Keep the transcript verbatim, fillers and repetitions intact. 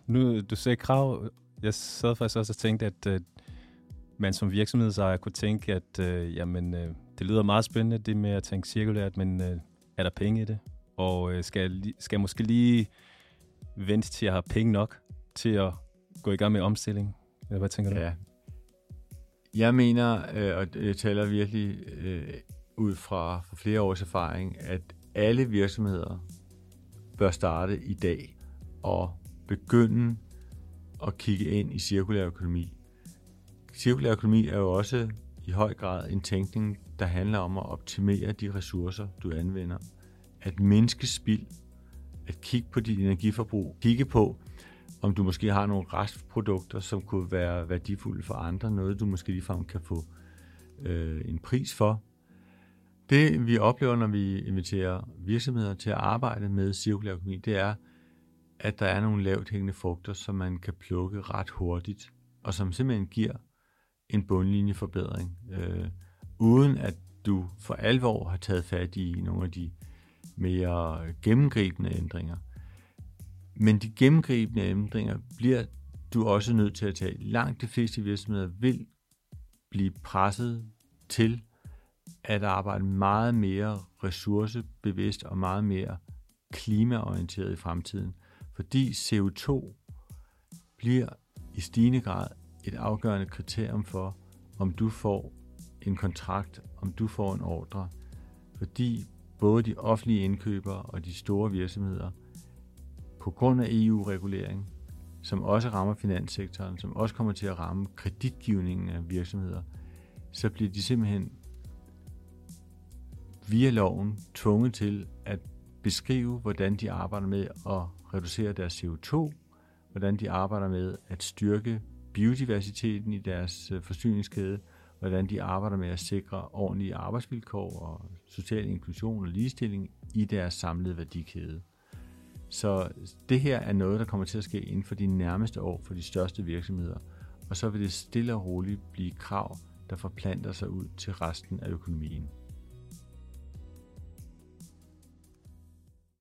Nu, du sagde krav. Jeg sad faktisk også og tænkte, at øh, man som virksomhedsejer kunne tænke, at øh, jamen, øh, det lyder meget spændende, det med at tænke cirkulært, men øh, er der penge i det? Og øh, skal, jeg, skal jeg måske lige vente til, at jeg har penge nok til at gå i gang med omstilling? Eller hvad tænker du? Ja. Jeg mener, øh, og jeg taler virkelig øh, ud fra, fra flere års erfaring, at alle virksomheder bør starte i dag og begynde at kigge ind i cirkulær økonomi. Cirkulær økonomi er jo også i høj grad en tænkning, der handler om at optimere de ressourcer, du anvender. At mindske spild, at kigge på dit energiforbrug, kigge på, om du måske har nogle restprodukter, som kunne være værdifulde for andre, noget du måske ligefrem kan få øh, en pris for. Det vi oplever, når vi inviterer virksomheder til at arbejde med cirkulær økonomi, det er, at der er nogle lavt hængende frugter, som man kan plukke ret hurtigt, og som simpelthen giver en bundlinjeforbedring, øh, uden at du for alvor har taget fat i nogle af de mere gennemgribende ændringer. Men de gennemgribende ændringer bliver du også nødt til at tage. Langt de fleste virksomheder vil blive presset til at arbejde meget mere ressourcebevidst og meget mere klimaorienteret i fremtiden, fordi C O to bliver i stigende grad et afgørende kriterium for, om du får en kontrakt, om du får en ordre, fordi både de offentlige indkøbere og de store virksomheder, på grund af E U-regulering, som også rammer finanssektoren, som også kommer til at ramme kreditgivningen af virksomheder, så bliver de simpelthen via loven tvunget til at beskrive, hvordan de arbejder med at reducere deres C O to, hvordan de arbejder med at styrke biodiversiteten i deres forsyningskæde, hvordan de arbejder med at sikre ordentlige arbejdsvilkår og social inklusion og ligestilling i deres samlede værdikæde. Så det her er noget, der kommer til at ske inden for de nærmeste år for de største virksomheder, og så vil det stille og roligt blive krav, der forplanter sig ud til resten af økonomien.